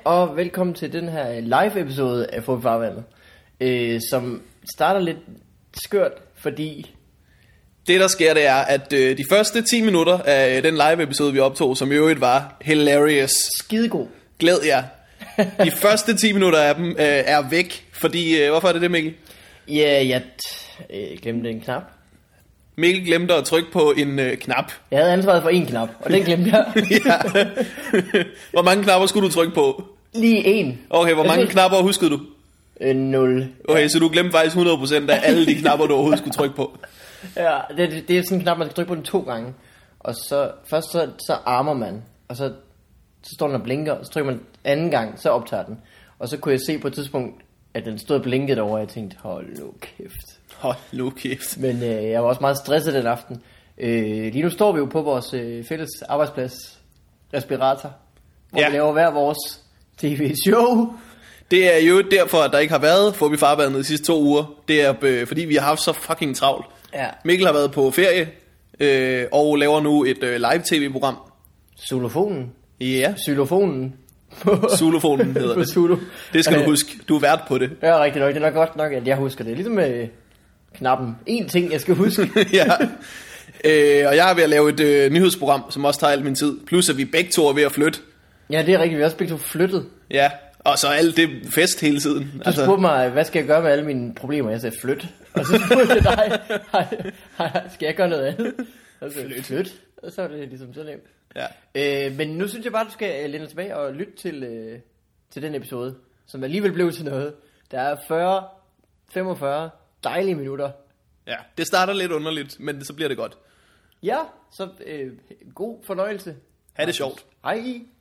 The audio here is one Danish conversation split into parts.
og velkommen til den her live episode af Få Farvandet, som starter lidt skørt, fordi det der sker, det er, at de første 10 minutter af den live episode vi optog, som i øvrigt var hilarious, skidegod, glæd jer. De første 10 minutter af dem er væk, fordi, hvorfor er det Mikkel? Ja, jeg glemte en knap. Mikkel glemte at trykke på en knap. Jeg havde ansvaret for en knap, og den glemte jeg. Ja. Hvor mange knapper skulle du trykke på? Lige en. Okay, hvor mange knapper huskede du? 0. Okay, ja. Så du glemte faktisk 100% af alle de knapper, du overhovedet skulle trykke på. Ja, det er sådan en knap, man skal trykke på den 2 gange. Og så først så armer man, og så står den og blinker, og så trykker man anden gang, så optager den. Og så kunne jeg se på et tidspunkt, at den stod og blinkede derovre, og jeg tænkte, hold nu kæft. Hold nu kæft. Men jeg var også meget stresset den aften. Lige nu står vi jo på vores fælles arbejdsplads, Respirator, hvor vi laver hver vores tv-show. Det er jo derfor, at der ikke har været Få Farvandet de sidste 2 uger. Det er fordi vi har haft så fucking travlt. Ja. Mikkel har været på ferie og laver nu et live tv-program. Xylofonen. Ja. Xylofonen. Xylofonen hedder det. Zulu. Det skal du huske. Du er vært på det. Ja, rigtig nok. Det er nok godt nok, at jeg husker det. Ligesom med knappen. En ting, jeg skal huske. Ja. Og jeg er ved at lave et nyhedsprogram, som også tager al min tid. Plus at vi begge to er ved at flytte. Ja, det er rigtigt. Vi har også begge to flyttet. Ja. Og så alt det fest hele tiden. Du spurgte mig, hvad skal jeg gøre med alle mine problemer? Jeg sagde, flyt. Og så spurgte jeg dig, skal jeg gøre noget andet? Og så flyt. Og så er det ligesom så nemt. Ja. Men nu synes jeg bare, du skal læne tilbage og lytte til den episode, som alligevel blev til noget. Der er 45 dejlige minutter. Ja, det starter lidt underligt, men så bliver det godt. Ja, så god fornøjelse. Ha' det sjovt. Hej.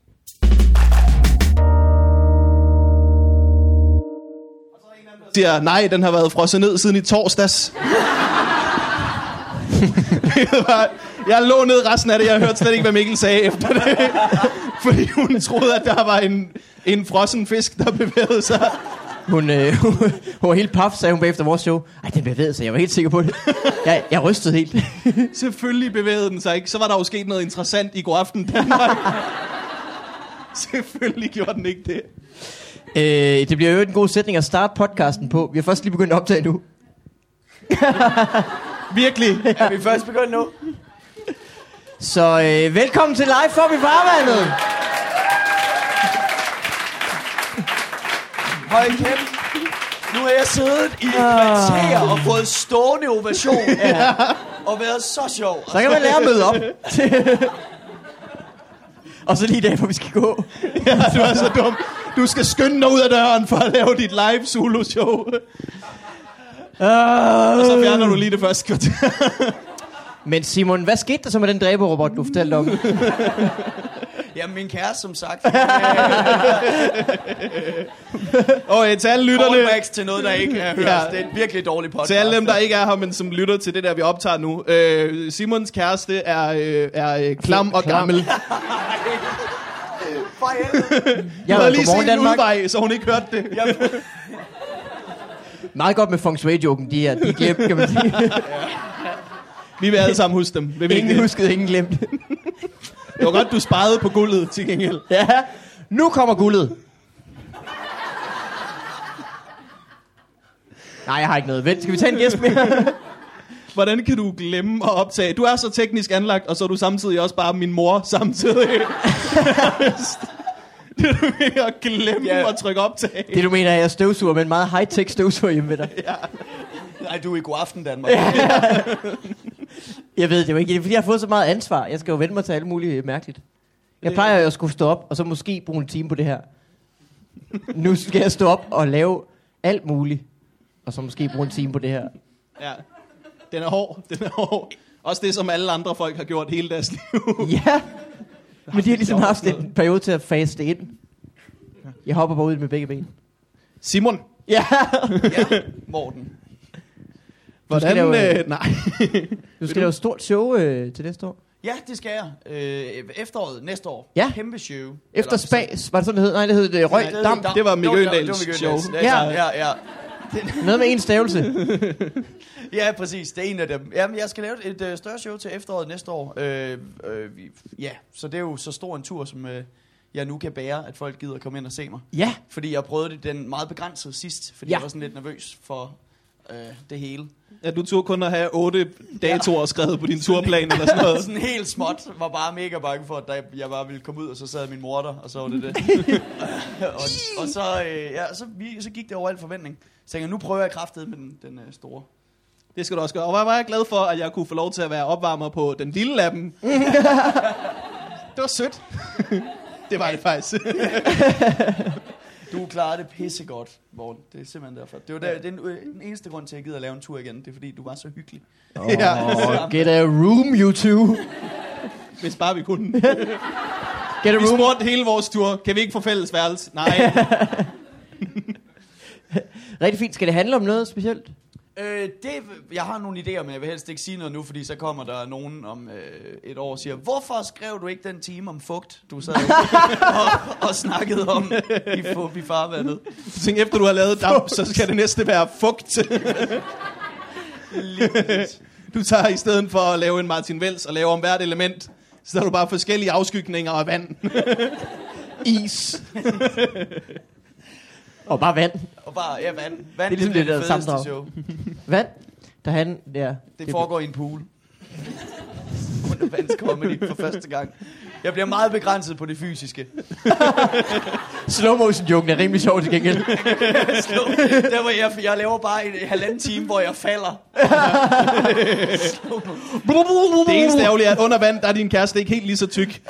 Siger, nej, den har været frosset ned siden i torsdags. Jeg lå ned resten af det. Jeg hørte slet ikke, hvad Mikkel sagde efter det. Fordi hun troede, at der var en frossen fisk, der bevægede sig. Hun var helt paf, sagde hun bagefter vores show. Ej, den bevægede sig, jeg var helt sikker på det. Jeg rystede helt. Selvfølgelig bevægede den sig ikke. Så var der jo sket noget interessant i god aften Danmark. Selvfølgelig gjorde den ikke det. Det bliver jo en god sætning at starte podcasten på. Vi har først lige begyndt at optage nu. Virkelig? Er vi først begyndt nu? Så velkommen til Live Få Farvandet. Hold kæft. Nu har jeg siddet i et kvarter og fået stående ovation. Ja. Og været så sjov. Så kan man lære at møde op. Og så lige i dag, hvor vi skal gå. Ja, du er så dum. Du skal skynde dig ud af døren for at lave dit live solo-show. Og så fjerner du lige det første kvarter. Men Simon, hvad skete der så med den dræberrobot, du fortalte om? Jamen, min kæreste, som sagt. Og til alle lytterne... Callbacks til noget, der ikke er hørt. Ja. Det er en virkelig dårlig podcast. Til alle dem, der ikke er her, men som lytter til det der, vi optager nu. Simons kæreste er klam og gammel. Jeg havde lige set en udvej, så hun ikke hørte det. Meget godt med feng shui-joken, de er glemt, kan man sige. Vi vil alle sammen huske dem. Ingen huskede, ingen glemte. Det var godt, du sparede på guldet til gengæld. Ja, nu kommer guldet. Nej, jeg har ikke noget. Vent, skal vi tage en gæst mere? Hvordan kan du glemme at optage? Du er så teknisk anlagt, og så er du samtidig også bare min mor samtidig. Det du mener at glemme at trykke optag. Det du mener er, at jeg støvsuger med en meget high-tech støvsuger hjemme ved dig. Ja. Nej, du er i god aften, Danmark. Ja. Jeg ved det jo ikke, fordi jeg har fået så meget ansvar. Jeg skal jo vende mig til alt muligt mærkeligt. Jeg plejer jo at skulle stå op, og så måske bruge en time på det her. Nu skal jeg stå op og lave alt muligt, og så måske bruge en time på det her. Ja, den er hård. Også det, som alle andre folk har gjort hele deres liv. Ja, men de har ligesom haft en periode til at faste ind. Jeg hopper bare ud med begge ben. Simon. Ja. Morten. Hvordan? Nej. Du skal lave et stort show til næste år. Ja, det skal jeg. Efteråret næste år. Ja. Kæmpe show. Efter Spas, var det sådan, det hed? Nej, det hed Røg Damp. Det var Mikke Øndals show. Ja. Noget med en stavelse. Ja, præcis. Det er en af dem. Jamen, jeg skal lave et større show til efteråret næste år. Ja, så det er jo så stor en tur, som jeg nu kan bære, at folk gider komme ind og se mig. Ja. Fordi jeg prøvede det den meget begrænset sidst, fordi jeg var sådan lidt nervøs for det hele. Ja, du turde kun at have 8 datoer skrevet på din turplan eller sådan noget. Sådan helt småt. Var bare mega bange for, at jeg bare ville komme ud, og så sad min mor der, og så var det det. og så gik det over al forventning. Så tænkte jeg, nu prøver jeg kraftet med den store. Det skal du også gøre. Og hvor var jeg glad for, at jeg kunne få lov til at være opvarmer på den lille af dem. Det var sødt. Det var det faktisk. Du klarer det pissegodt, Morten. Det er simpelthen derfor. Det var den eneste grund til, at jeg gider at lave en tur igen. Det er fordi, du var så hyggelig. Get a room, you two. Hvis bare vi kunne. Get a Vi room. spurgte hele vores tur. Kan vi ikke få fælles værelse? Nej. Rigtig fint. Skal det handle om noget specielt? Jeg har nogle idéer, men jeg vil helst ikke sige noget nu, fordi så kommer der nogen om et år og siger, hvorfor skrev du ikke den time om fugt, du sad og snakkede om i farvandet? Du tænker, efter du har lavet damp, så skal det næste være fugt. Du tager i stedet for at lave en Martin Wells og lave om hvert element, så der er du bare forskellige afskygninger af vand. Is. Og bare vand. Og bare, ja, vand. Det er ligesom det der fedeste sammendrag. show. Vand. Det foregår i en pool. Undervandscomedy for første gang. Jeg bliver meget begrænset på det fysiske. Slow motion joken er rimelig sjov til gengæld. Der hvor jeg laver bare en halvanden time, hvor jeg falder. Det eneste ærgerlige er, at under vand, der er din kæreste ikke helt lige så tyk.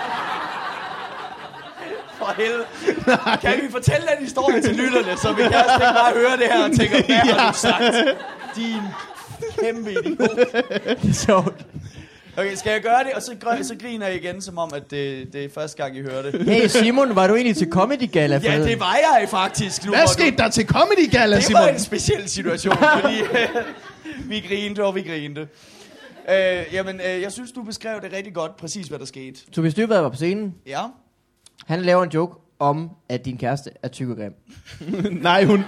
For helvede. Kan vi fortælle den historie til lytterne, så vi kan ikke bare høre det her og tænke, hvad har du sagt? Din kæmpe idiot. Det er sjovt. Okay, skal jeg gøre det? Og så griner jeg igen, som om, at det er første gang, I hører det. Hey Simon, var du egentlig til Comedy Gala? Ja, det var jeg faktisk. Nu, Hvad skete der til Comedy Gala, det Simon? var en speciel situation, fordi vi grinte. Jeg synes, du beskrev det rigtig godt, præcis hvad der skete. Tobias Dybvad var på scenen. Ja. Han laver en joke om, at din kæreste er tyk og grim. Nej, hun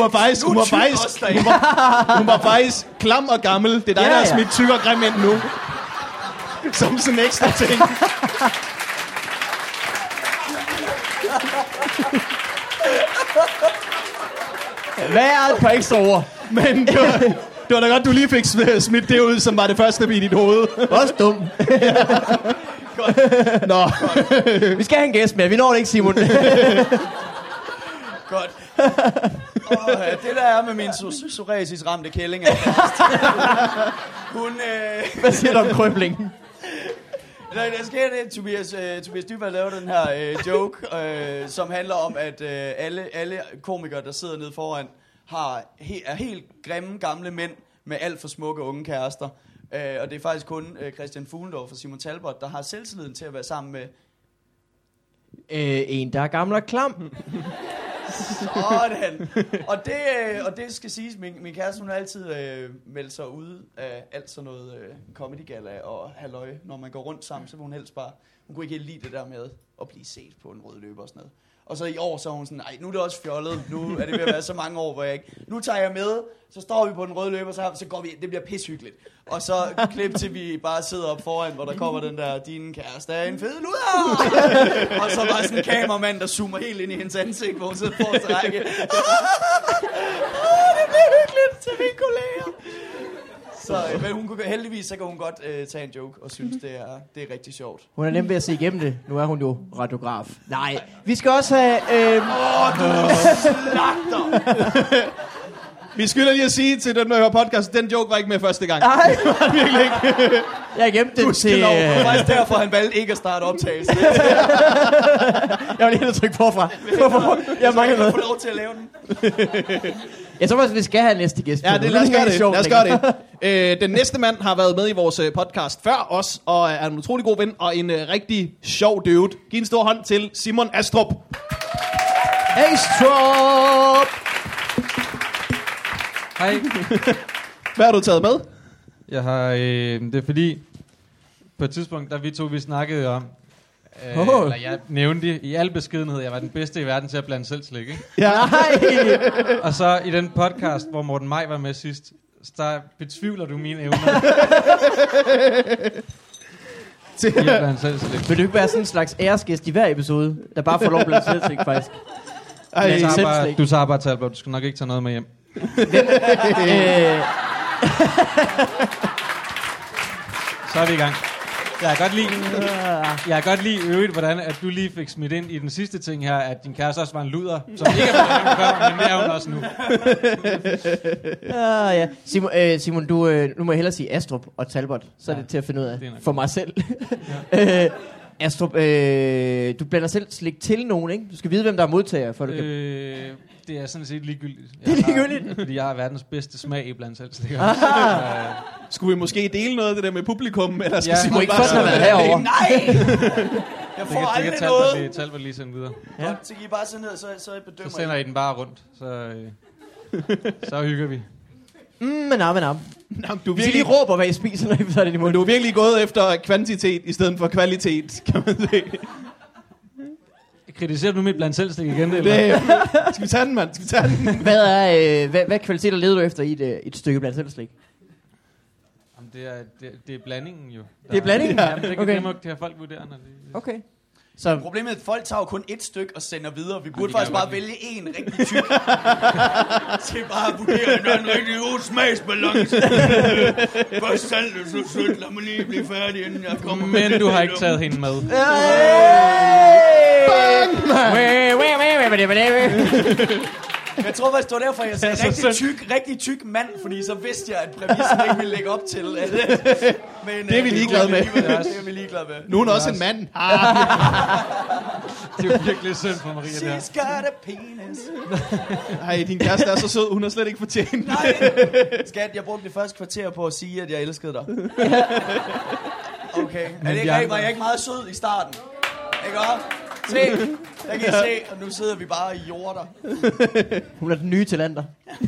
var faktisk klam og gammel. Det er dig, der har smidt tyk og grim ind nu. Som sådan en ekstra ting. Hvad er et par ekstra ord? Men det var da godt, du lige fik smidt det ud, som var det første i dit hoved. Også dum. Nå. Vi skal have en gæst med. Vi når det ikke, Simon. Godt. Det der er med min psoriasis-ramte kælling er hun... Hvad siger du om krøblingen? Der sker det, Tobias Dybvad lavede den her joke, som handler om, at alle komikere, der sidder nede foran, er helt grimme gamle mænd med alt for smukke unge kærester. Og det er faktisk kun Christian Fuglendorf og Simon Talbot, der har selvtilliden til at være sammen med... En, der er gammel og klam. Sådan. Og det skal siges, min kæreste, hun har altid meldt sig ude af alt sådan noget comedy gala og halløj. Når man går rundt sammen, så vil hun helst bare... Hun kunne ikke helt lide det der med at blive set på en rød løber og sådan noget. Og så i år, så er hun sådan, nej, nu er det også fjollet. Nu er det ved at være så mange år, hvor jeg ikke... Nu tager jeg med, så står vi på den røde løber, så går vi... Det bliver pishyggeligt. Og så klip til, vi bare sidder op foran, hvor der kommer den der, din kæreste er en fed luder! Og så bare sådan en kameramand, der zoomer helt ind i hendes ansigt, hvor hun sidder på forreste række. Det bliver hyggeligt til mine kolleger. Så, men hun kunne, heldigvis så kan hun godt tage en joke og synes, det er rigtig sjovt. Hun er nem ved at se igennem det. Nu er hun jo radiograf. Nej, vi skal også have... Du slagter! Vi skylder lige at sige til den, der hører podcast, den joke var ikke med første gang. Nej, Det var virkelig ikke. jeg gemte den til... Det var faktisk derfor, han valgte ikke at starte optagelsen. Jeg var lige nødt til at trykke forfra. Jeg mangler Jeg noget. får lov til at lave den. Jeg tror faktisk, vi skal have næste gæst. Ja, lad os gøre det. Den næste mand har været med i vores podcast før os, og er en utrolig god ven, og en rigtig sjov dude. Giv en stor hånd til Simon Astrup. Astrup! Hej. Hvad har du taget med? Jeg har, det er fordi, på et tidspunkt, da vi snakkede om, eller jeg nævnte i al beskedenhed, jeg var den bedste i verden til at blande selv slik, ikke? Ja. Nej! Og så i den podcast, hvor Morten Maj var med sidst, der betvivler du mine evner. til blandt selv slik. Vil du ikke være sådan en slags æresgæst i hver episode, der bare får lov at blive selvslik, faktisk? Du tager bare Talbot, du skal nok ikke tage noget med hjem. Så er vi i gang. Jeg kan godt lide øvrigt, hvordan at du lige fik smidt ind i den sidste ting her, at din kæreste også var en luder, som ikke er blevet før, men det er hun også nu. Ja. Simon, nu må jeg hellere sige Astrup og Talbot, så er det til at finde ud af for mig selv. Ja. Astrup, du blander selv slik til nogen, ikke? Du skal vide, hvem der er modtager, for du kan... Det er sådan set ligegyldigt. Det er ligegyldigt? Fordi jeg har verdens bedste smag i blandt selv slik. Skulle vi måske dele noget af det der med publikum? Eller skal Simon ikke først have været herovre? Nej! Jeg får aldrig noget. Det Talbot lige sendt videre. Ja. Så kan I bare sende ned, så jeg bedømmer. Så sender I den bare rundt, så hygger vi. Men du hvis I lige råber, hvad I spiser, når I tager det i munden. Du er virkelig gået efter kvantitet i stedet for kvalitet, kan man se. Kritiserer du mit blandt selv slik igen? Eller? Skal vi tage den, mand? Skal vi tage den? Hvad kvaliteter leder du efter i et stykke blandt selv slik? Det er blandingen jo. Det er blandingen? Ja, det har folk vurderet, når det... Okay. Så problemet er, at folk tager jo kun et stykke og sender videre. Vi burde faktisk bare vælge en rigtig tyk. Til bare at vurdere, at der er en rigtig god smagsbalance. Først salt og så sødt. Lad mig lige blive færdig, inden jeg kommer. Men du har ikke taget hende med. Jeg tror faktisk, det var derfor, jeg sagde rigtig tyk mand, fordi så vidste jeg, at præmissen ikke ville lægge op til. Men, det er vi ligeglade med. Det er vi ligeglade med. Nu er hun også en mand. Det er jo virkelig synd for Maria, det her. She's got a penis. Ej, din kæreste er så sød. Hun har slet ikke fortjent. Nej. Skat, jeg brugte det første kvarter på at sige, at jeg elskede dig. Okay. Var jeg ikke meget sød i starten? Ikke også? Se, der kan I se, og nu sidder vi bare i jorder. Hun er den nye Talander.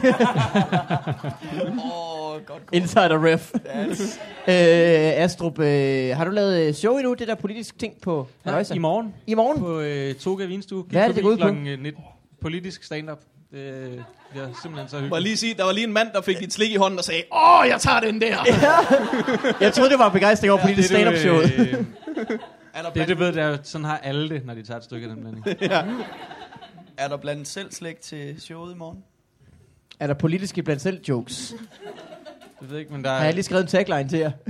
Godt. Insider ref. Astrup, har du lavet show endnu, det der politisk ting på Halløjsa? I morgen. I morgen? På Toga Vinstue. Hvad er det, det går ud på? 19. Politisk stand-up. Det er simpelthen så hyggeligt. Må jeg lige sige, der var lige en mand, der fik dit slik i hånden og sagde, jeg tager den der. Ja. Jeg troede, det var begejstring over politisk stand-up show. Det ved jeg, sådan har alle det, når de tager et stykke af den blanding. Ja. Er der blandt selv slægt til showet i morgen? Er der politiske blandt selv jokes? Jeg ved ikke, men der er... Har jeg lige skrevet en tagline til jer?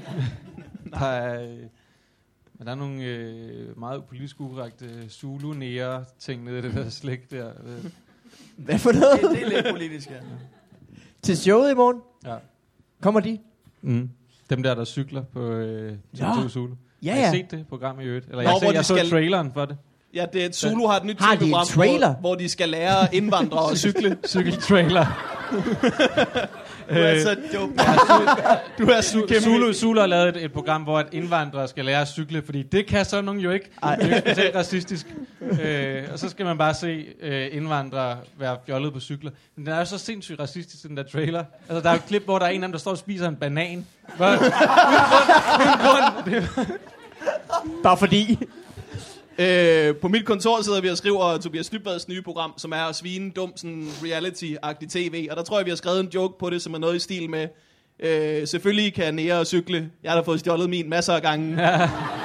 Men der er nogle meget politisk ukorrekte Zulu-nære-ting nede i det der slægt der. Hvad for noget? Det er lidt politisk, ja. Til showet i morgen? Ja. Kommer de? Mm. Dem der cykler på TV2 Zulu. Ja, har I set det program i øvrigt? Eller Nå, jeg så traileren for det. Ja, det er Zulu har et nyt Har de en trailer? hvor de skal lære indvandrere at cykle. Cykeltrailer. Du er så dum. Du er Zulu har lavet et program, hvor at indvandrere skal lære at cykle, fordi det kan så nogen jo ikke. Det er jo ikke specielt racistisk. Og så skal man bare se indvandrere være fjollet på cykler. Men den er jo så sindssygt racistisk, den der trailer. Altså, der er jo et klip, hvor der er en af dem, der står og spiser en banan. Uden grund. Bare fordi. På mit kontor sidder vi og skriver Tobias Nybads nye program, som er svine dum, sådan reality-agtig tv. Og der tror jeg, vi har skrevet en joke på det, som er noget i stil med, selvfølgelig kan nære cykle. Jeg har da fået stjålet min masser af gange. Ja.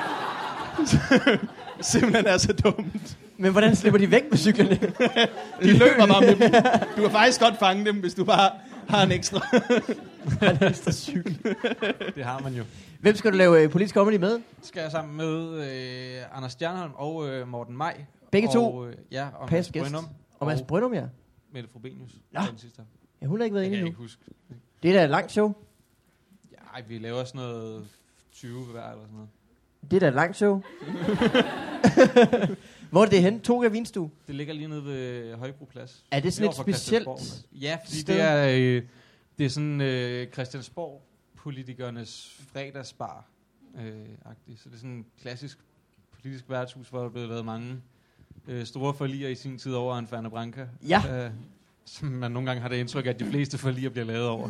Simpelthen er så dumt. Men hvordan slipper de væk med cyklerne? De løber bare med dem. Du kan faktisk godt fange dem, hvis du bare har en ekstra. En ekstra cykel. Det har man jo. Hvem skal du lave politisk comedy med? Skal jeg sammen med Anders Stjernholm og Morten Maj. Begge to? Og, ja, og Mads Brynum. Og Mads Brynum, ja. Mette Frobenius. Nå. Den sidste. Ja, hun har ikke været inde endnu. endnu. Jeg kan ikke huske. Det er da et langt show. Ja, vi laver sådan noget 20 hver eller sådan noget. Det er da et langt show. Hvor er det henne? Toga Vinstue? Det ligger lige nede ved Højbroplads. Er det sådan et specielt Ja, fordi sted? det er sådan Christiansborg-politikernes fredagsbar. Så det er sådan en klassisk politisk værtshus, hvor der er blevet lavet mange store forliger i sin tid over en Ferner Branca. Ja. Som man nogle gange har det indtryk, at de fleste forliger bliver lavet over.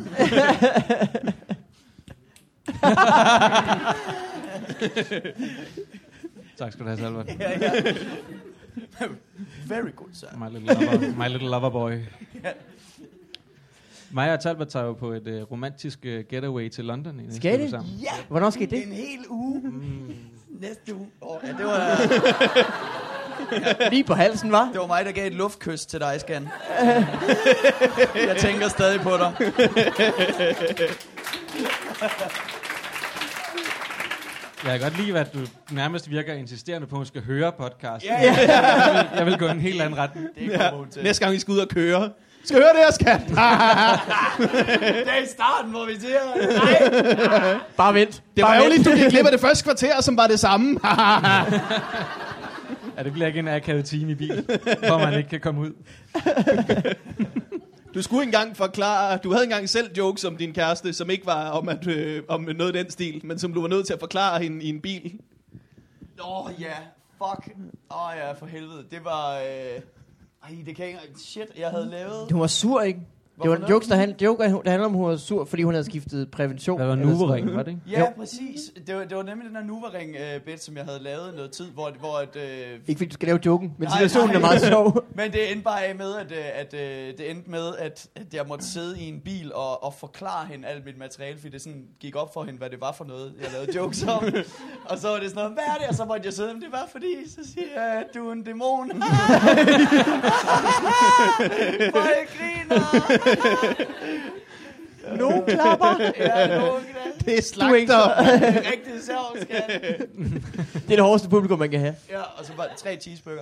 Tak skal du have, Salvat. Ja. Very good, sir. My little lover boy. Mig og Talbot tager jo på et romantisk getaway til London. Skal det? Sammen. Ja! Hvornår skal det? En hel uge. Næste uge. Ja, det var... Lige på halsen, var? Det var mig, der gav et luftkys til dig, Scan. Jeg tænker stadig på dig. Jeg kan godt lide, at du nærmest virker insisterende på, at hun skal høre podcast. Ja. Jeg vil gå en helt anden retning. Det kommer hun til. Næste gang, vi skal ud og køre. Skal høre det her, skat? Det er i starten, hvor vi siger... Nej. Bare vent. Det var jo lige, du gik glip af det første kvarter, som var det samme. Ja, det bliver ikke en akavet time i bil, hvor man ikke kan komme ud. Du skulle engang forklare, du havde engang selv jokes om din kæreste, som ikke var om noget i den stil, men som du var nødt til at forklare hende i en bil. Ja, fuck. Ja, for helvede. Det var... det kan ikke... Shit, jeg havde lavet... Hun var sur, ikke? Det var en joke, der handler om, hun var sur, fordi hun havde skiftet prævention. Der var Nuvaring, var det ikke? Ja, præcis. Det var nemlig den her Nuvaring-bit, som jeg havde lavet noget tid, hvor ikke fordi du skal lave joken, men situationen er meget sjov. Men det endte bare med, det endte med, at jeg måtte sidde i en bil og forklare hende alt mit materiale, fordi det sådan gik op for hende, hvad det var for noget, jeg lavede jokes om. Og så var det sådan noget, hvad er det? Og så måtte jeg sidde, det var fordi, så siger jeg, at du er en dæmon. Hvor jeg griner. Nogen klapper. Ja, nogen Det er slagter. rigtig sjovt, skat. Det er det hårdeste publikum, man kan have. Ja, og så bare 3 cheeseburger.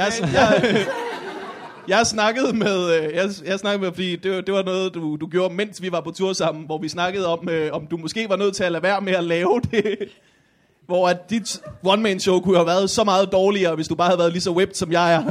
Jeg snakkede med, fordi det var noget, du gjorde, mens vi var på tur sammen, hvor vi snakkede om du måske var nødt til at lade være med at lave det. Hvor at dit one-man-show kunne have været så meget dårligere, hvis du bare havde været lige så whipped, som jeg er.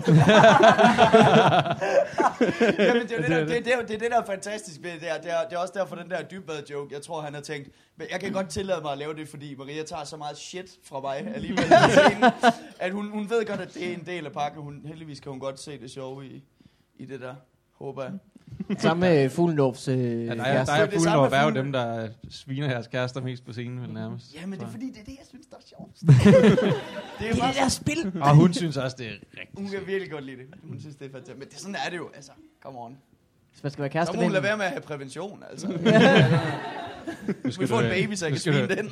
Jamen, det er det, der er fantastisk ved det der. Det er også derfor den der Dybvad-joke, jeg tror, han har tænkt, men jeg kan godt tillade mig at lave det, fordi Maria tager så meget shit fra mig alligevel til scenen, at hun ved godt, at det er en del af pakken. Heldigvis kan hun godt se det sjove i det der, håber jeg. Samme med Fuglendorfs kæreste. Der er Fuglendorf er jo dem, der sviner jeres kærester mest på scenen, vel nærmest. Ja, men det er fordi, det er det, jeg synes, der er sjovt. Det er jo bare der spil. Og hun synes også, det er rigtig. Hun kan virkelig godt lide det. Hun synes, det er fantastisk. Men sådan er det jo, altså. Come on. Hvis man skal være kæreste Så må hun lade være med at have prævention, altså. Vi får en baby, så jeg kan svine den.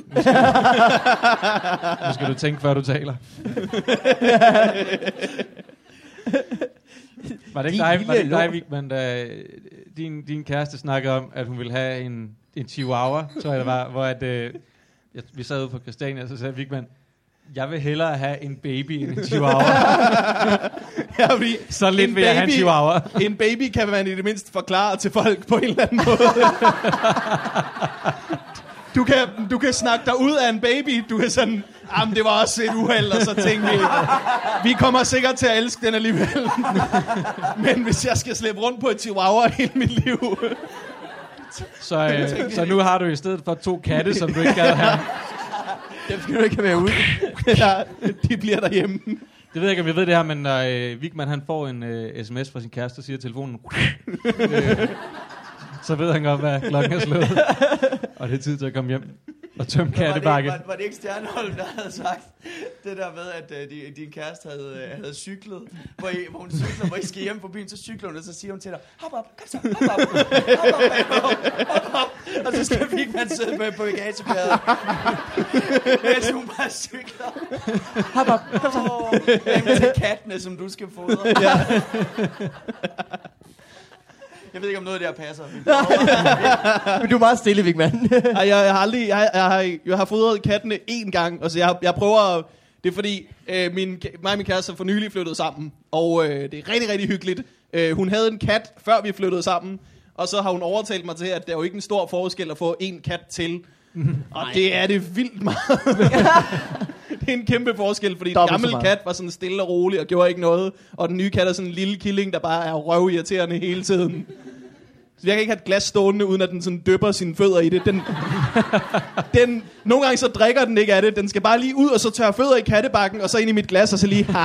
Nu skal du tænke, før du taler. Var det ikke dig, Vigman, da din kæreste snakkede om, at hun ville have en chihuahua, tror jeg det var, hvor vi sad ude på Christiania, og så sagde Vigman, jeg vil hellere have en baby end en chihuahua. Ja, så lidt vil jeg have en chihuahua. En baby kan man i det mindste forklare til folk på en eller anden måde. Du kan snakke dig ud af en baby. Du kan sådan, det var også et uheld, og så tænkte vi kommer sikkert til at elske den alligevel. Men hvis jeg skal slæbe rundt på et chihuahua hele mit liv. Så nu har du i stedet for 2 katte, som du ikke gad have. Dem skal du ikke have med ud. Ja, de bliver derhjemme. Det ved jeg ikke, om jeg ved det her, men når Vigman han får en sms fra sin kæreste og siger telefonen, så ved han godt, hvad klokken er slået. Og det er tid til at komme hjem og tømme kattebakke. Var det ikke Stjernholm, der havde sagt det der med, at din kæreste havde cyklet, hvor hun cykler, hvor I skal hjem på byen, så cykler hun, og så siger hun til dig, hop op, kom så, hop op. Og så skal Vigman sidde med på bagagebæret, mens hun bare cykler. Hop op, kom så. Hjem til kattene, som du skal fodre. Ja. Jeg ved ikke, om noget af det her passer. Men du er meget stille, Vigman. Jeg har fodret kattene 1 gang, og så jeg prøver. Det er fordi, mig og min kæreste for nylig flyttede sammen, og det er rigtig, rigtig hyggeligt. Hun havde en kat, før vi flyttede sammen, og så har hun overtalt mig til, at der er jo ikke en stor forskel at få en kat til. Og det er det vildt meget. Det er en kæmpe forskel, fordi den gamle kat var sådan stille og rolig og gjorde ikke noget, og den nye kat er sådan en lille killing, der bare er røvirriterende hele tiden. Så jeg kan ikke have et glas stående, uden at den sådan dypper sine fødder i det. Den, nogle gange så drikker den ikke af det. Den skal bare lige ud, og så tørre fødder i kattebakken, og så ind i mit glas, og så lige...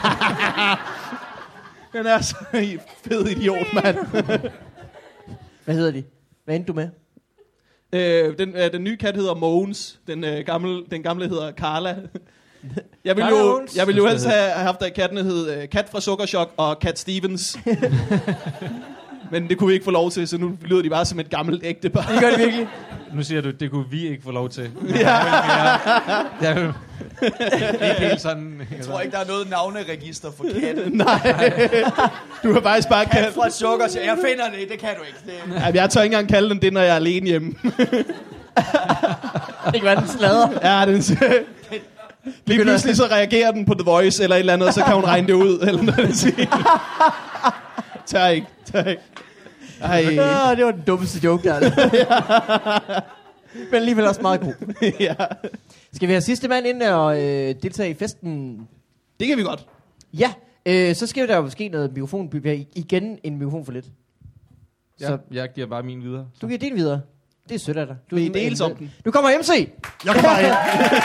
Den er så fed idiot, mand. Hvad hedder de? Hvad endte du med? Den nye kat hedder Mogens. Den gamle hedder Carla. Jeg ville jo helst have haft, at kattene hed Kat fra Sukkerchok og Cat Stevens. Men det kunne vi ikke få lov til, så nu lyder de bare som et gammelt ægtepar. Det gør det virkelig. Nu siger du, det kunne vi ikke få lov til. Ja. Jeg vil ikke helt sådan... Jeg tror ikke, der er noget navneregister for katte. Nej. Du har faktisk bare Kat kaldt... fra sukker, så jeg finder det. Det kan du ikke. Det... Ja, jeg tør ikke engang kalde den det, når jeg er alene hjemme. Det kan være, den slader. Ja, den... Lige pludselig så reagerer den på The Voice eller et eller andet, og så kan hun regne det ud, eller noget at sige. Tør ikke. Ej. Det var den dummeste joke, der. Men alligevel også meget god. Ja. Skal vi have sidste mand ind og deltage i festen? Det kan vi godt. Ja, så skal der jo ske noget mikrofon. Vi har igen en mikrofon for lidt. Ja, Så jeg giver bare min videre. du giver din videre. Det er sødt af dig. Du Vi deles om den. Nu kommer MC. Jeg kommer ind.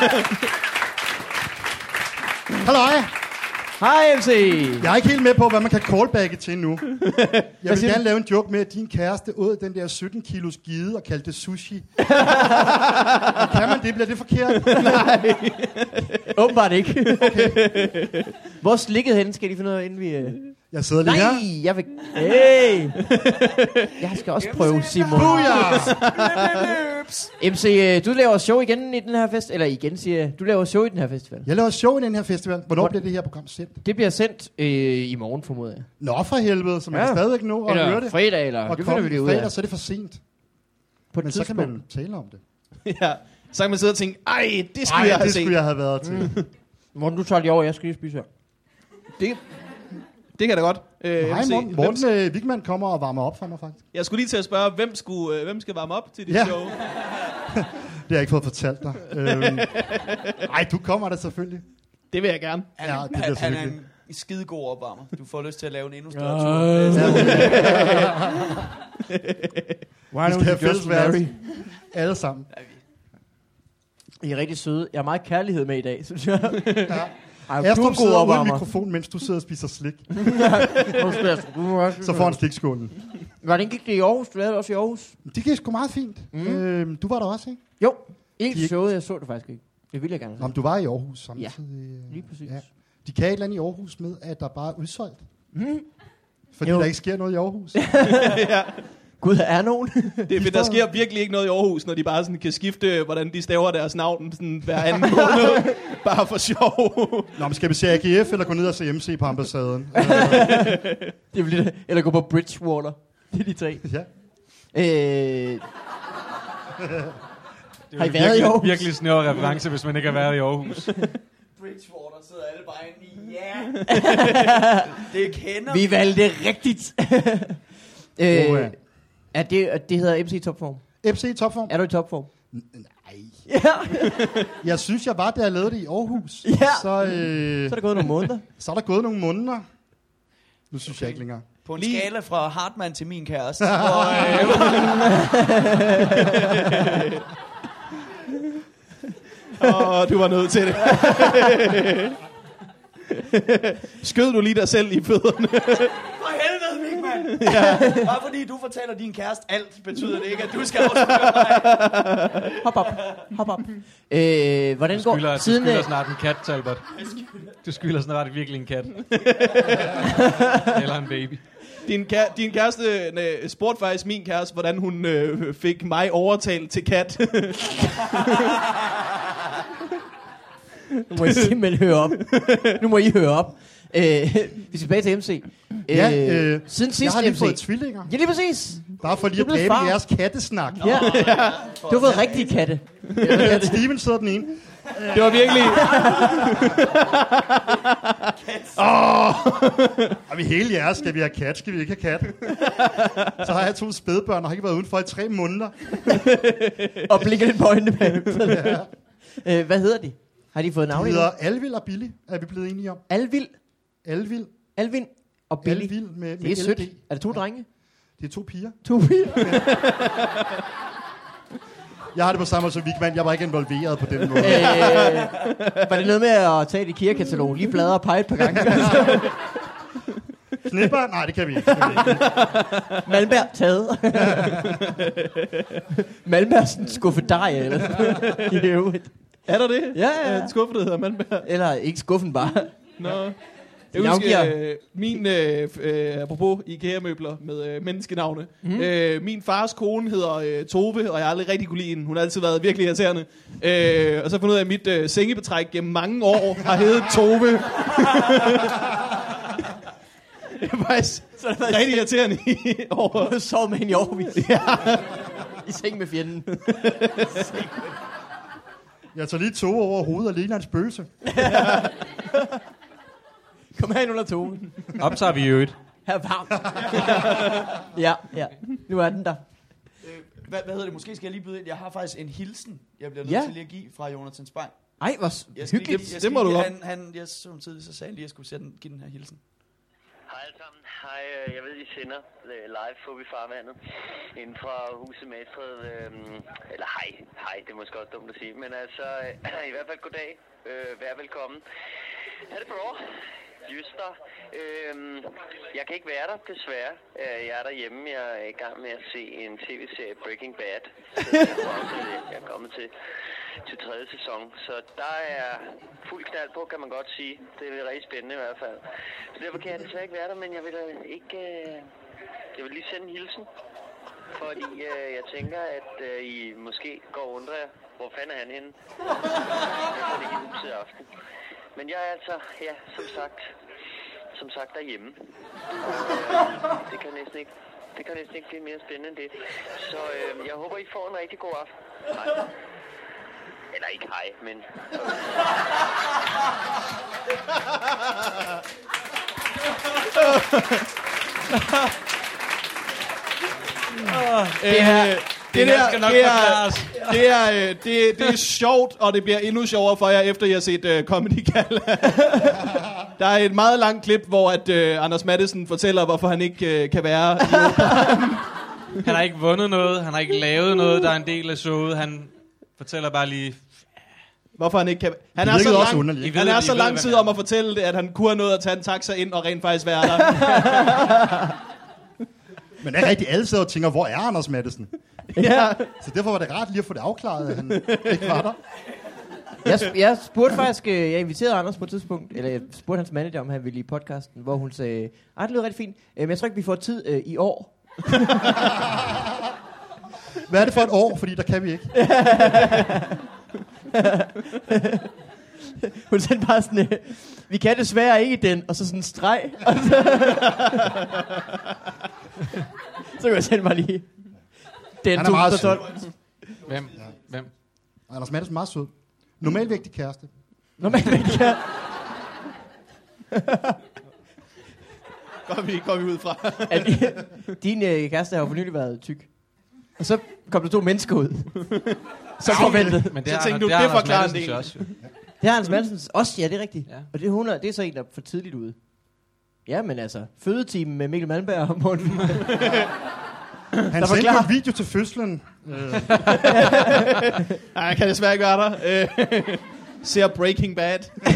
Halløj. Hej MC. Jeg er ikke helt med på, hvad man kan callbacke til nu. Jeg vil siger gerne lave en joke med, at din kæreste åd den der 17 kilos gide og kaldte det sushi. Kan man det? Bliver det forkert? Nej. Åbenbart ikke. Okay. Hvor slikket henne, skal de finde ud af, inden vi... Jeg sidder lige her. Nej, jeg vil... Hey. Jeg skal også prøve, Simon. Booyah! MC, du laver show igen i den her fest. Eller igen, siger jeg. Du laver show i den her festival. Jeg laver show i den her festival. Hvornår bliver det her program sendt? Det bliver sendt i morgen, formoder jeg. Nå, for helvede, så man Ja. kan stadigvæk nå at høre Eller det. fredag, eller... Og det finder vi det ud af. fredag, så er det for sent. På et Men så kan tidspunkt. man tale om det. Ja. Så kan man sidde og tænke, ej, det skulle Ej, jeg have det set. skulle jeg have været til. Morten, du tager lige over. Jeg skal lige spise her. Det kan da godt. Hej, MC. Morten Wigman kommer og varmer op for mig, faktisk. Jeg skulle lige til at spørge, hvem skal varme op til dit Ja. show? Det har jeg ikke fået fortalt dig. Ej, du kommer da selvfølgelig. Det vil jeg gerne. Ja, det bliver så Han er hyggeligt. en skidegod opvarmer. Du får lyst til at lave en endnu større tur. Why Vi skal have fælles værelse. Alle sammen. I er rigtig søde. Jeg har meget kærlighed med i dag, synes jeg. Ja. Ej, du er Astrup en god sidder uden opvarmer. mikrofon, mens du sidder og spiser slik. Så Så får han slikskålen. Hvordan gik det i Aarhus? Du lavede det også i Aarhus? Det gik sgu meget fint. Du var der også, ikke? Jo. Ikke De- showet, jeg så det faktisk ikke. Det ville jeg gerne. Nå, men du var i Aarhus samtidig. Lige præcis. Ja. De kan et eller andet i Aarhus med, at der bare er udsolgt. Fordi Jo. der ikke sker noget i Aarhus. Gud, der er nogen. Der sker virkelig ikke noget i Aarhus, når de bare sådan kan skifte, hvordan de staver deres navn sådan hver anden måned. Bare for sjov. Nå, men skal vi se AGF, eller gå ned og se MC på ambassaden? Det bliver det. Eller gå på Bridgewater. Det er de tre. Ja. Har I været i Aarhus? Virkelig snæver reference, hvis man ikke har været i Aarhus. Bridgewater sidder alle bare inde i. Ja! Det kender Vi valgte rigtigt. Ja. Er det hedder MC i topform? FC i topform? Er du i topform? Nej. Ja. Jeg synes, jeg var, da jeg lavede det i Aarhus. Ja. Så Så er der gået nogle måneder. så er der gået nogle måneder. Nu synes jeg ikke længere. på en Lige- skala fra Hartmann til min kæreste. Du var nødt til det. Skød du lige dig selv i fødderne? For helvede, Mikman! Ja. Bare fordi du fortæller din kæreste alt, betyder det ikke, at du skal også gøre mig. Hop op. Hvordan Du går skylder siden... snart en kat, Talbot. Du skylder snart virkelig en kat. Eller en baby. Din kæreste spurgte faktisk min kæreste, hvordan hun fik mig overtalt til kat. Nu må I simpelthen høre op. Nu må I høre op. Vi skal tilbage til MC. Siden Jeg sidst har lige MC. fået tvillinger. Ja, lige præcis. Bare for lige Du at er blevet dræbe far. jeres kattesnak. Ja. Du har fået rigtige katte. Kat Steven sidder den ene. Det var virkelig... Og vi hele jeres, skal vi have kat, skal vi ikke have kat? Så har jeg 2 spædbørn, og har ikke været udenfor i 3 måneder. Og blikker lidt på øjnene bagefter. Hvad hedder de? Har de fået De navne? hedder Alvild og Billy, er vi blevet enige om. Alvild, Alvild, Alvin og Billy. Alvild med Det er sødt. LD. Er det 2 drenge? Det er 2 piger. 2 piger. Jeg har det på samme måde som Vigman. Jeg var ikke involveret på den måde. Var det noget med at tage det IKEA-katalog? Lige bladre og pege et par gange. Knipper? Nej, det kan vi ikke. Malmberg taget. Malmberg sådan skuffet dej eller sådan. I øvrigt. Er der det? Ja, ja. En skuffe, der hedder Malmberg. Eller ikke skuffen bare. Nå. Jeg husker min, apropos IKEA-møbler med menneskenavne. Min fars kone hedder Tove, og jeg har aldrig rigtig kunne lide hende. Hun har altid været virkelig irriterende. Og så fundet ud af, at mit sengebetræk gennem mange år har heddet Tove. Det var faktisk rigtig irriterende i år. Du sov med hende i årvis. Ja. I seng med fjenden. Jeg tager lige Tove over hovedet og ligner en spøgelse. Kom her ind under Tove. Optager vi jo et. Her er varmt. Ja. Nu er den der. Hvad hedder det? Måske skal jeg lige byde ind. Jeg har faktisk en hilsen, jeg bliver nødt til lige at give fra Jonathan Spang. Ej, hvor hyggeligt. Det må du godt. Jeg som tidligere så sagde lige, at jeg skulle give den her hilsen. Hej alle sammen. Hej, jeg ved, I sender live Fubi Farvandet inden fra huset Mastred. Eller hej, det er måske også dumt at sige. Men altså, i hvert fald goddag. Vær velkommen. Ha' det bra. Jyster. Jeg kan ikke være der, desværre. Jeg er derhjemme. Jeg er i gang med at se en tv-serie, Breaking Bad. Så jeg er kommet til 3. sæson. Så der er fuld knald på, kan man godt sige. Det er rigtig spændende i hvert fald. Så derfor kan jeg desværre ikke være der, men jeg vil ikke... Jeg vil lige sende en hilsen. Fordi jeg tænker, at I måske går og undrer jer, hvor fanden er han henne? Jeg får det i huset i aften. Men jeg er altså, ja, som sagt derhjemme. Det kan næsten ikke blive mere spændende end det. Så jeg håber, I får en rigtig god aften. Hej. Eller ikke hej, men... Det er sjovt, og det bliver endnu sjovere for jer, efter I har set Comedy Gala. Der er et meget langt klip, hvor at, Anders Matthesen fortæller, hvorfor han ikke kan være i Operaen. Han har ikke vundet noget, han har ikke lavet noget, der er en del af showet. Han fortæller bare lige... Hvorfor han ikke kan... Han er så lang tid om at fortælle det, at han kunne have nået at tage en taxa ind og rent faktisk være der. Men det er rigtigt, alle sidder og tænker, hvor er Anders Matthesen? Ja. Så derfor var det rart lige at få det afklaret, at han ikke var der. Jeg spurgte faktisk, jeg inviterede Anders på et tidspunkt, eller jeg spurgte hans manager, om han ville i podcasten, hvor hun sagde, det lyder rigtig fint, men jeg tror ikke, vi får tid i år. Hvad er det for et år? Fordi der kan vi ikke. Hun sendte bare sådan, vi kan desværre ikke den, og så sådan en streg. Så kan jeg sende mig lige. Den han er meget sød. Hvem? Anders Matthesen er meget sød. Normalvægtig kæreste. Normalvægtig kæreste. Går vi ud fra. Din kæreste har jo for nylig været tyk. Og så kom der 2 mennesker ud. Så forventet. Men så tænkte du, det forklarer en del. Også, det har Hans Madsens også, ja, det er rigtigt. Ja. Og det er så en, der er for tidligt ude. Ja, men altså, fødetimen med Mikkel Malmberg og Morten. Han sendte en video til fødslen. Nej, jeg kan desværre ikke være der. Ser Breaking Bad.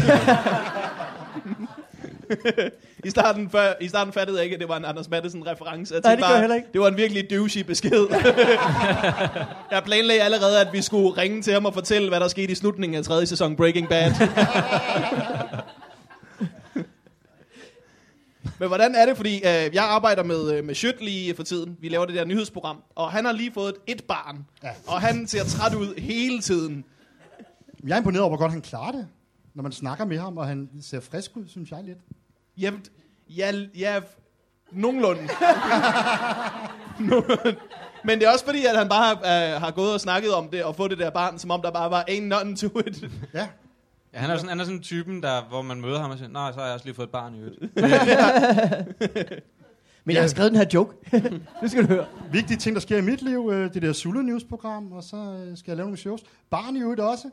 I starten fattede jeg ikke, at det var en Anders Matthesen-reference. Nej, det gør jeg heller ikke. Det var en virkelig douchey besked. Jeg planlagde allerede, at vi skulle ringe til ham og fortælle, hvad der skete i slutningen af 3. sæson Breaking Bad. Men hvordan er det? Fordi jeg arbejder med Schødt lige for tiden. Vi laver det der nyhedsprogram. Og han har lige fået et barn. Ja. Og han ser træt ud hele tiden. Jeg er imponeret over, hvor godt han klarer det. Når man snakker med ham, og han ser frisk ud, synes jeg lidt. Ja, nogenlunde. Men det er også fordi, at han bare har gået og snakket om det, og fået det der barn, som om der bare var ain't nothing to it. Ja. Ja, han er sådan typen, hvor man møder ham og siger, nej, så har jeg også lige fået et barn i øvrigt. Men jeg har skrevet den her joke. Nu skal du høre. Vigtige ting, der sker i mit liv. Det der Zulu News-program, og så skal jeg lave nogle shows. Barn i øvrigt også.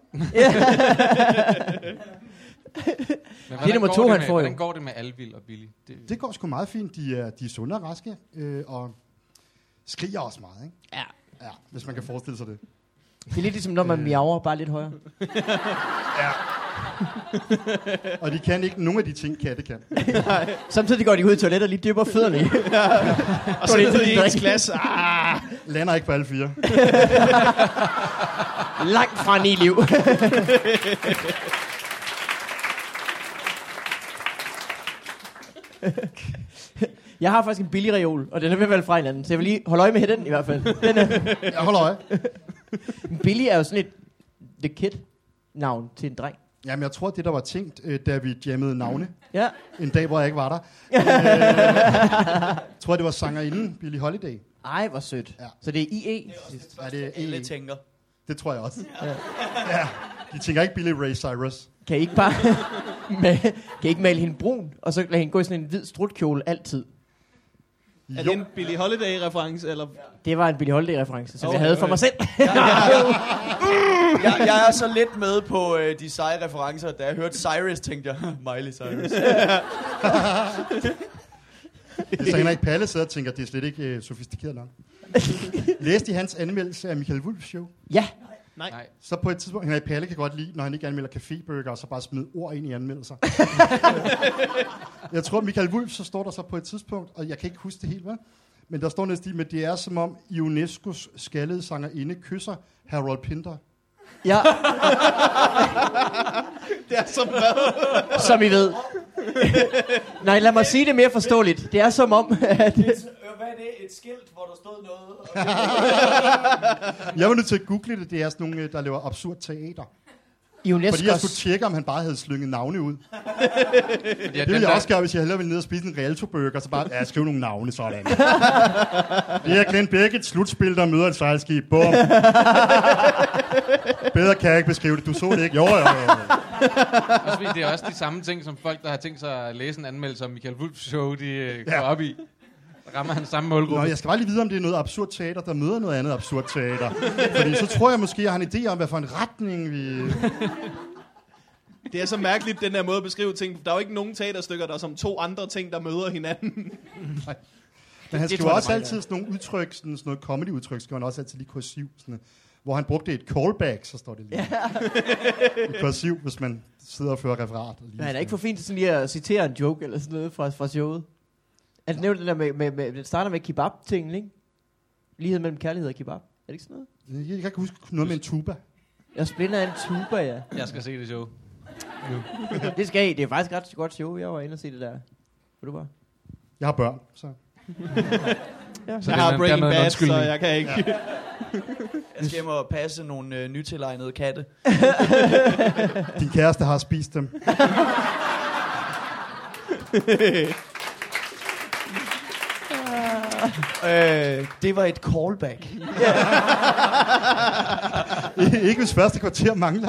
Det er nummer 2, han får jo. Hvordan går det med Alvild og Billy? Det går sgu meget fint. De er sunde og raske, og skriger også meget, ikke? Ja, hvis man kan forestille sig det. Det er lidt ligesom, når man miaver, bare lidt højere. Ja. Og de kan ikke nogen af de ting, katte kan. Samtidig går de ud i toilettet og lige dypper fødderne i. Og så ned i ens glas. Lander ikke på alle 4. Langt fra 9 liv. Jeg har faktisk en billig reol, og den er ved at valge fra hinanden, så jeg vil lige holde øje med den i hvert fald. Den er... Jeg holder øje. En billig er jo sådan et The Kid-navn til en dreng. Jamen, jeg tror, det der var tænkt, da vi jammede navne, Ja. en dag, hvor jeg ikke var der. Jeg tror, det var sangerinden Billie Holiday. Ej, hvor sødt. Ja. Så det er IE. Ja, det er Alle tænker. Det tror jeg også. Ja. De tænker ikke Billy Ray Cyrus. Kan I ikke bare kan I ikke male hende brun, og så lade hende gå i sådan en hvid strutkjole altid? Er det en Billie Holiday-reference, eller? Det var en Billie Holiday-reference, som Okay, jeg havde for mig selv. Jeg er så lidt med på de seje referencer. Da jeg hørte Cyrus, tænkte jeg, Miley Cyrus. Så Henrik Palle sidder og tænker, det er slet ikke sofistikeret nok. Læste I hans anmeldelse af Michael Wulffs show? Ja. Nej. Så på et tidspunkt, Henrik Palle kan godt lide, når han ikke anmelder cafébøger, og så bare smide ord ind i anmeldelser. Jeg tror, Michael Wulff, så står der så på et tidspunkt, og jeg kan ikke huske det helt, hvad? Men der står næsten med, det er som om UNESCO's skaldede sangerinde kysser Harold Pinter. Ja, Det er som hvad? som I ved. Nej, lad mig sige det mere forståeligt. Det er som om, at... Hvad er det? Et skilt, hvor der stod noget? Jeg var nødt til at google det. Det er sådan nogle, der laver absurd teater. Fordi jeg skulle UNESCO's... tjekke, om han bare havde slynget navne ud. Fordi Det ville jeg også gøre, hvis jeg hellere ville ned og spise en Rialto-burger, så bare, ja, skriv nogle navne, sådan. Det er Glenn Beckett, slutspil, der møder et sejlskib. Bum. Bedre kan jeg ikke beskrive det. Du så det ikke? Jo. Også fordi det er også de samme ting, som folk, der har tænkt sig at læse en anmeldelse om Michael Wulffs show, de går op i. Der rammer han samme målgruppe. Nå, jeg skal bare lige vide, om det er noget absurd teater, der møder noget andet absurd teater. Fordi så tror jeg måske, jeg har en idé om, hvad for en retning vi... Det er så mærkeligt, den der måde at beskrive ting. Der er jo ikke nogen teaterstykker, der er som to andre ting, der møder hinanden. Men han Det skriver tror jeg, også det er altid sådan nogle udtryk, sådan noget comedy-udtryk, skriver han også altid lige kursiv. Sådan, hvor han brugte et callback, så står det lige. Et kursiv, hvis man sidder og fører referat. Men han er ikke for fint til sådan lige at citere en joke eller sådan noget fra showet. Altså nævnte det der med det starter med kebab-tingen, ikke? Lighed mellem kærlighed og kebab. Er det ikke sådan noget? Jeg kan ikke huske noget med en tuba. Jeg splinder en tuba, ja. Jeg skal se det show. Det skal I. Det er faktisk ret godt show. Jeg var inde og se det der. Hvor du var? Jeg har børn, så... Ja. Så Jeg har det er Breaking dermed en Bad, undskyldning. så jeg kan ikke. Jeg skal hjem og passe nogle nytilegnede katte. Din kæreste har spist dem. Det var et callback. Ikke hvis første kvarter mangler.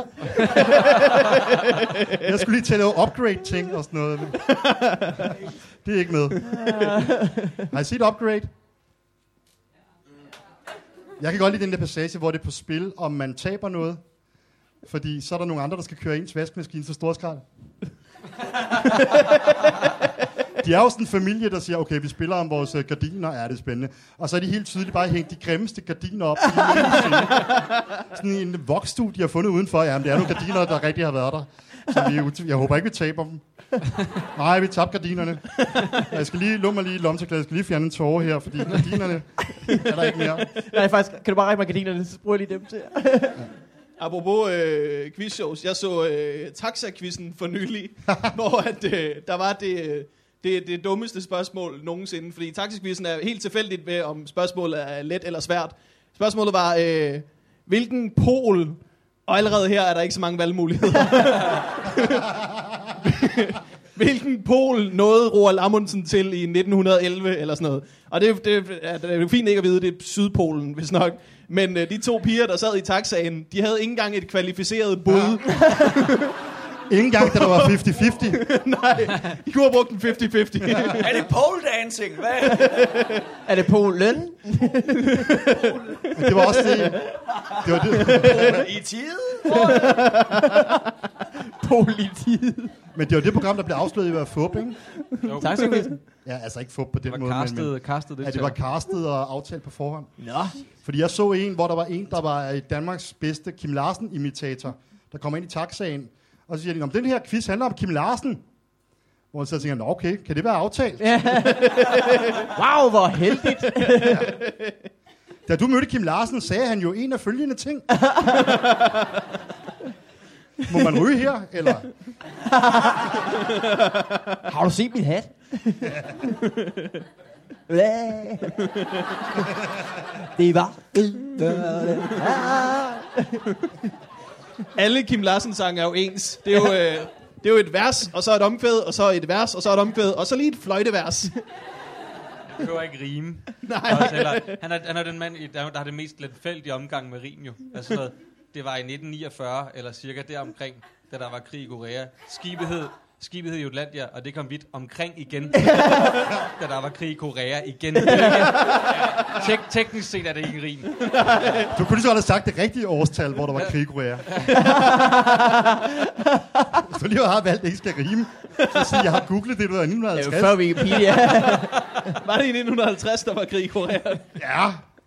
Jeg skulle lige til at lave upgrade-ting og sådan noget. Men det er ikke med. Har I set Upgrade? Jeg kan godt lide den der passage, hvor det er på spil, om man taber noget. Fordi så er der nogle andre, der skal køre ens vaskemaskine til storskrald. De er jo sådan en familie, der siger, okay, vi spiller om vores gardiner, det spændende. Og så er de helt tydeligt bare hængt de grimmeste gardiner op. Sådan en voksstudie, de har fundet udenfor. Jamen, det er nogle gardiner, der rigtig har været der. Så jeg håber ikke, vi taber dem. Nej, vi tabte gardinerne. Jeg skal lige lumme mig lige i lomteklædet. Jeg skal lige fjerne en tåre her, fordi gardinerne er der ikke mere. Nej, faktisk. Kan du bare række mig gardinerne, så bruger jeg lige dem til. Apropos quizshows, jeg så Taxa-quizzen for nylig, hvor at, der var det dummeste spørgsmål nogensinde, fordi Taxa-quizzen er helt tilfældigt ved, om spørgsmålet er let eller svært. Spørgsmålet var, hvilken pol, og allerede her er der ikke så mange valgmuligheder. Hvilken pol nåede Roald Amundsen til i 1911 eller sådan noget? Og det er jo fint ikke at vide, det er Sydpolen, hvis nok. Men de to piger, der sad i taxaen, de havde ikke engang et kvalificeret bud. Ingen gang, da der var 50-50. Nej, de kunne have brugt en 50-50. Er det pole dancing? Hvad? Er det Polen? Det var også det. Det var det. I tide? Politiet. Men det var det program, der blev afsløret i at være fup, ikke? Tak skal du. Ja, altså ikke fup på den Det måde. var Men, castet det. ja, det var castet og aftalt på forhånd. Nå. Fordi jeg så en, hvor der var en, der var Danmarks bedste Kim Larsen-imitator, der kommer ind i taxaen, og så siger de, om den her quiz handler om Kim Larsen. Hvor så tænker, nå okay, kan det være aftalt? Wow, hvor heldigt. Da du mødte Kim Larsen, sagde han jo en af følgende ting. Må man ryge her, eller? Har du set min hat? Det var... Alle Kim Larsen-sange er jo ens. Det er jo et vers, og så et omkvæd, og så et vers, og så et omkvæd, og så lige et fløjtevers. Det behøver ikke rime. Nej. Også, eller, han er den mand, der har det mest letfældige omgang med rim jo. Altså noget, det var i 1949, eller cirka deromkring, da der var krig i Korea. Skibet hed Jutlandia, og det kom vidt omkring igen, da der var krig i Korea igen. Teknisk set er det ikke en rim. Du kunne lige så godt have sagt det rigtige årstal, hvor der var krig i Korea. Hvis du lige har valgt, at det ikke skal rime, så siger jeg har googlet det, du er 1950. Det er jo før Wikipedia. Var det i 1950, der var krig i Korea? Ja.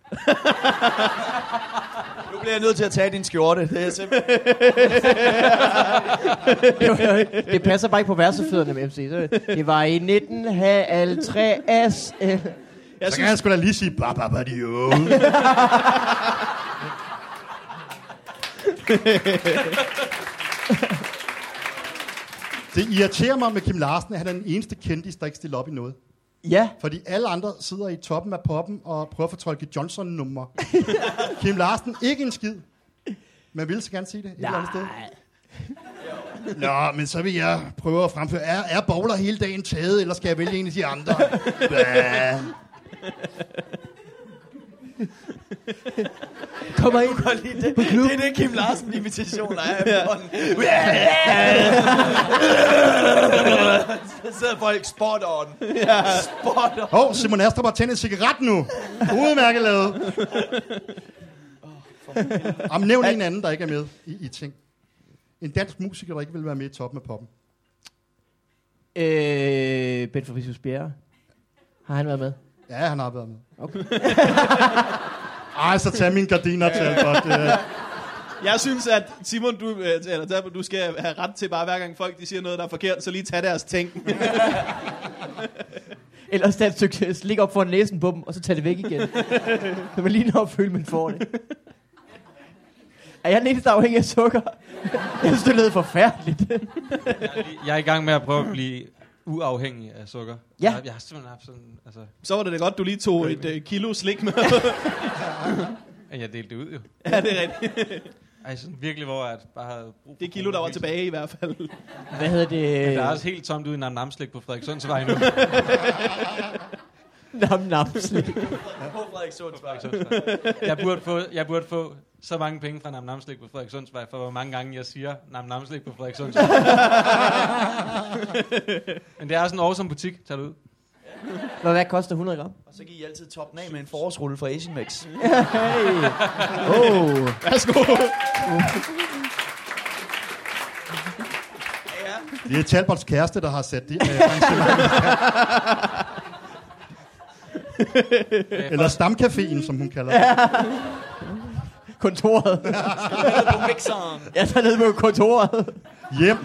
Nu bliver jeg nødt til at tage din skjorte. Det er simpelthen... Det passer bare ikke på versefødderne med MC. Det var i 1950. Så kan jeg sgu da lige sige bababadio. Det irriterer mig med Kim Larsen, at han er den eneste kendis, der ikke stiller op i noget. Ja. Fordi alle andre sidder i toppen af poppen og prøver at fortolke Johnson-numre. Kim Larsen, ikke en skid. Men vil så gerne sige det et eller andet sted. Nå, men så vil jeg prøve at fremføre. Er bowler hele dagen taget, eller skal jeg vælge en af de andre? Kommer ind det er det Kim Larsen imitationer er. Så sidder folk spot on. Spot on. Simon Astrup har tændt en cigaret nu. Udmærket lavet. Nævn en anden, der ikke er med i ting. En dansk musiker, der ikke vil være med i toppen af poppen. Bent Fabricius Bjerre. Har han været med? Ja, han har været med. Okay. Ej, så tag mine gardiner til godt. Jeg synes, at Simon, du skal have ret til bare hver gang folk de siger noget, der er forkert, så lige tage deres ting. Ellers tage et stykke slik op foran næsen på dem, og så tage det væk igen. Så man lige når at føle, man får det. Er jeg den eneste afhængig af sukker? Jeg synes, det lød forfærdeligt. Jeg er i gang med at prøve at blive uafhængig af sukker. Ja. Jeg har simpelthen haft sådan... Altså, Så var det da godt, du lige tog et kilo slik med. jeg delte det ud jo. Ja, det er rigtigt. Ej, sådan virkelig, hvor jeg bare havde brug for... Det kilo, der var tilbage i hvert fald. Hvad hedder det? Men der er også helt tomt ude i Nam-Nam-slik på Frederikssundsvej nu. Nam-Nam-slik. På Frederikssundsvej. Jeg burde få så mange penge fra Nam-Nam-slik på Frederikssundsvej, for hvor mange gange jeg siger Nam-Nam-slik på Frederikssundsvej. Men det er sådan en awesome butik. Tag det ud. Hvad koster 100 gram? Og så giver I altid toppen af med en forårsrulle fra Asian Mix. Hey. Værsgo. Det er Talbots kæreste, der har sat det. Eller Stamcaféen, som hun kalder det. Kontoret. På mixeren. Jeg tager ned på kontoret. Hjem.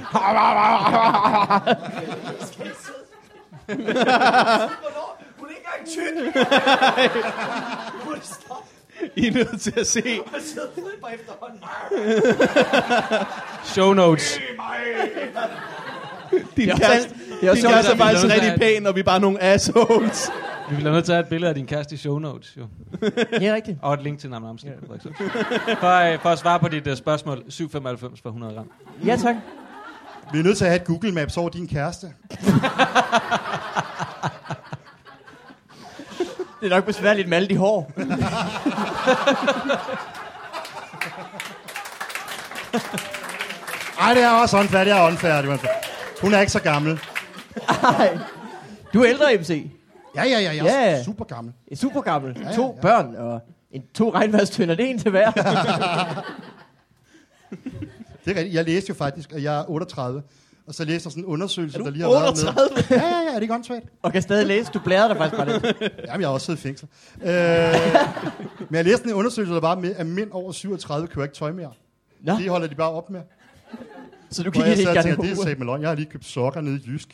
Hun er ikke engang tyk. I er nødt til at se. Jeg sidder bare efterhånden. Show notes. Din kæreste er faktisk rigtig pæn, og vi er bare nogle assholes. Vi bliver nødt til at have et billede af din kæreste i show notes, jo. Det er rigtigt. Og et link til Nam-Nam-slik på Frederikssundsvej. For at svare på dit spørgsmål, 7,95 for 100 gram. Ja, tak. Vi er nødt til at have et Google Maps over din kæreste. Det er nok besværligt med alle de hår. Ej, det er også unfair. Det er unfair. Hun er ikke så gammel. Ej. Du er ældre, MC. Ja. Jeg er også super gammel. Super gammel. Ja. 2 børn og 2 regnværstønder. Det er en til hver. Det er rigtigt. Jeg læste jo faktisk, at jeg er 38. Og så læste jeg sådan en undersøgelse, der lige har 38? været med. Ja, er det ikke åndssvagt? Og kan stadig læse. Du blærede dig faktisk bare lidt. Jamen, jeg har også siddet i fængsel. Men jeg læste en undersøgelse, der var med, at mænd over 37 kører ikke tøj mere. Nå. Det holder de bare op med. Så du Og kigger jeg helt sad og gerne tænkte, det er sat med løgn. Jeg har lige købt sokker nede i Jysk.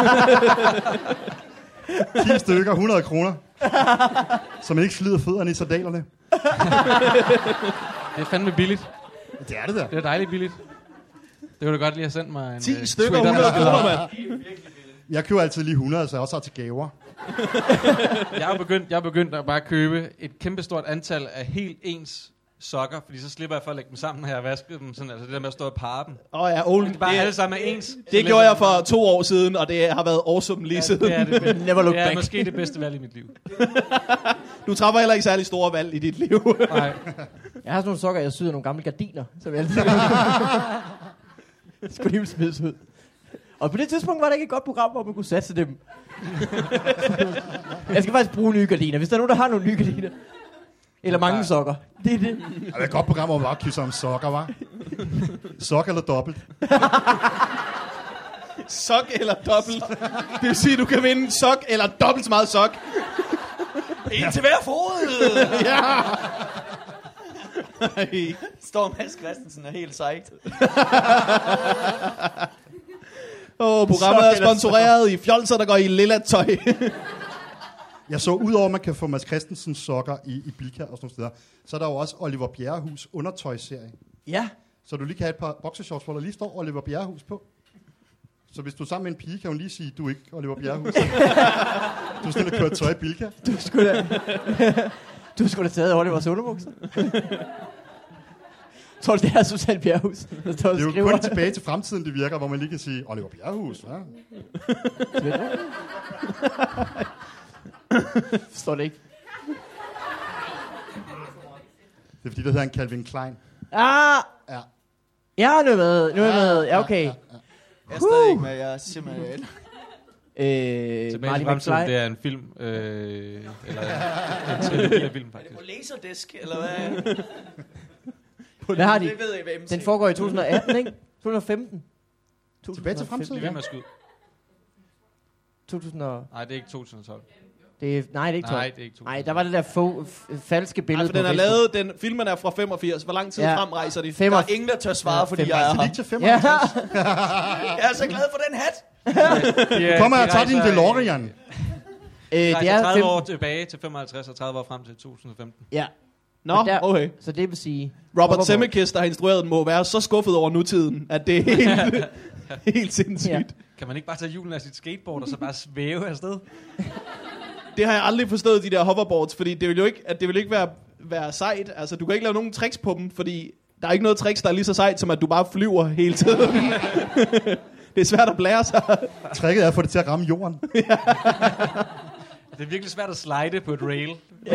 10 stykker, 100 kroner. Så man ikke slider fødderne i sandalerne. Det er fandme billigt. Det er det der. Det er dejligt billigt. Det kunne du godt lige have sendt mig en... 10 stykker, Twitter. 100 kroner, mand. Jeg køber altid lige 100, så jeg også har til gaver. Jeg er begyndt at bare købe et kæmpestort antal af helt ens sokker, fordi så slipper jeg for at lægge dem sammen, når jeg har vasket dem. Sådan, altså det der med at stå og parre dem. Ja, old. Det er bare alle sammen er ens. Det gjorde jeg for 2 år siden, og det har været awesome lige siden. Det er, Never look det er back. måske det bedste valg i mit liv. Du træffer heller ikke særlig store valg i dit liv. Nej. Jeg har sådan nogle sokker, jeg syr nogle gamle gardiner, som jeg altid skulle lige smides ud. Og på det tidspunkt var der ikke et godt program, hvor man kunne satse dem. Jeg skal faktisk bruge nye gardiner. Hvis der er nogen, der har nogle nye gardiner. Eller mange sokker. Det er det. Det er et godt program, hvor man bare kysser om sokker, var. Sok eller dobbelt? Sok eller dobbelt. Det vil sige, at du kan vinde en sok eller dobbelt så meget sok. En til hver fod! Ja. Står Mads Christensen er helt sejt. Programmet er sponsoreret i fjolser, der går i lilla tøj. Jeg så, udover at man kan få Mads Christensens sokker i Bilka og sådan nogle steder, så er der jo også Oliver Bjerrehus undertøjsserie. Ja. Så du lige kan have et par boxershorts, hvor der lige står Oliver Bjerrehus på. Så hvis du er sammen med en pige, kan hun lige sige, du er ikke Oliver Bjerrehus. Du er sådan at køre tøj i Bilka. Du skulle da taget Olivers underbukser. Tror du, det er Susanne Bjerrehus? Det er jo kun tilbage til fremtiden, det virker, hvor man lige kan sige, Oliver Bjerrehus, ja. Forstår det ikke. Det er fordi, der hedder en Calvin Klein. Ah! Ja. Ja, nu er jeg med. Ja, okay. Jeg er stadig ikke med, jeg er simpelthen... Tilbage Marty til fremtiden, McFly. det er en film, eller en trilogi af film, Er det faktisk. på Laserdisc, eller hvad? Hvad har de? Det ved jeg, hvad MC. Den foregår i 2018, ikke? 2015. Tilbage til fremtiden. Bliv ved med at skyde. 2000. Nej, det er ikke 2012. Nej, det er ikke 12. Nej, det er ikke 2012. Nej, der var det der falske billede For den på er Facebook. lavet, filmen er fra 85. Hvor lang tid Ja. frem rejser de? Der 85. er ingen, der tør svare, fordi 85. jeg er Det er her. lige til Ja. 55. Jeg er så glad for den hat. Kommer jeg og tager din DeLorean. Det Det er 30 15. år tilbage til 55 og 30 år frem til 2015. Ja. Nå, Og der- okay. Så det vil sige... Robert Zemeckis, der har instrueret den, må være så skuffet over nutiden, at det er helt sindssygt. Ja. Kan man ikke bare tage hjulen af sit skateboard og så bare svæve afsted? Det har jeg aldrig forstået, de der hoverboards, fordi det vil jo ikke være sejt. Altså, du kan ikke lave nogen tricks på dem, fordi der er ikke noget tricks, der er lige så sejt, som at du bare flyver hele tiden. Det er svært at blære sig. Tricket er at få det til at ramme jorden. Det er virkelig svært at slide på et rail.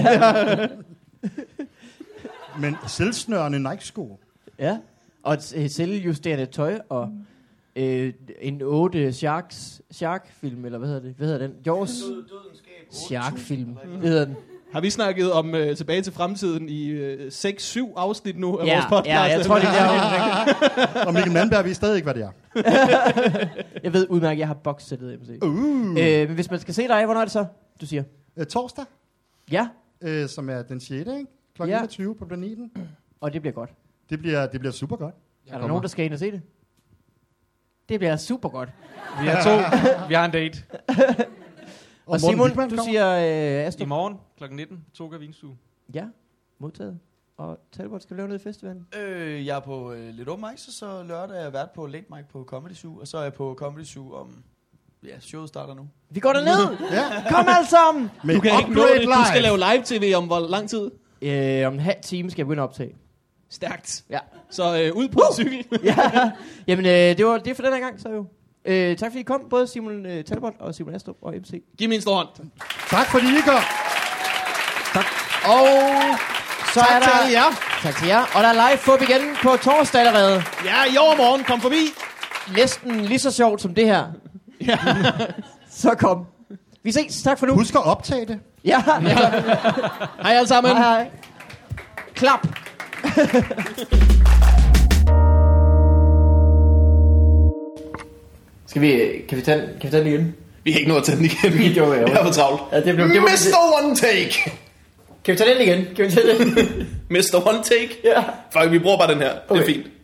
Men selvsnørende Nike-sko. Ja. Og et selvjusterende tøj, og en 8 Shark-film, eller hvad hedder det? Hvad hedder den? Jaws Shark-film. Hvad hedder den? Har vi snakket om Tilbage til fremtiden i 6-7 afsnit nu af Ja, vores podcast? ja, jeg tror, det er der. Og Mikkel Mandberg ved stadig ikke, hvad det er. Jeg ved udmærket, jeg har boxsættet MC. Men hvis man skal se dig, hvornår er det så, du siger? Torsdag, Ja, som er den 6. Ikke? Klokken Ja. 21 på Planeten. og det bliver godt. Det bliver super godt. Er der nogen, der skal ind og se det? Det bliver super godt. Vi er 2. Vi har en date. Og Morten Simon, Wigman du kommer. siger I Astrup. morgen kl. 19. Toga Vinstue. Ja, modtaget. Og Talbot, skal vi lave noget i festivalen? Jeg er på lidt open mic, så lørdag er jeg vært på Late Mic på Comedy Zoo, og så er jeg på Comedy Zoo om... Ja, showet starter nu. Vi går derned! Ja. Kom alle sammen! Med Du kan ikke nå Upgrade det. Du skal lave live-tv om hvor lang tid? Om en halv time skal jeg begynde at optage. Stærkt. Ja. Så ud på en cykel. Ja, jamen det var det for den her gang så jo. Tak fordi I kom, både Simon Talbot og Simon Astrup og MC. Giv mig en stor hånd. Tak fordi I kom. Og så Tak er til der... alle jer. Tak til jer. Og der er live fup igen på torsdag allerede. Ja, i overmorgen. Kom forbi. Næsten lige så sjovt som det her. Ja. Så kom. Vi ses. Tak for nu. Husk at optage det. Ja. Hej alle sammen. Hej hej. Klap. Kan vi tage den igen? Vi kan ikke nå at tage den igen. Det var Jeg er for travlt. Ja, det blev Mr. One Take. Kan vi tage den igen? Kan vi tage den? Mr. One Take. Ja. Fuck, vi bruger bare den her. Det Okay. er fint.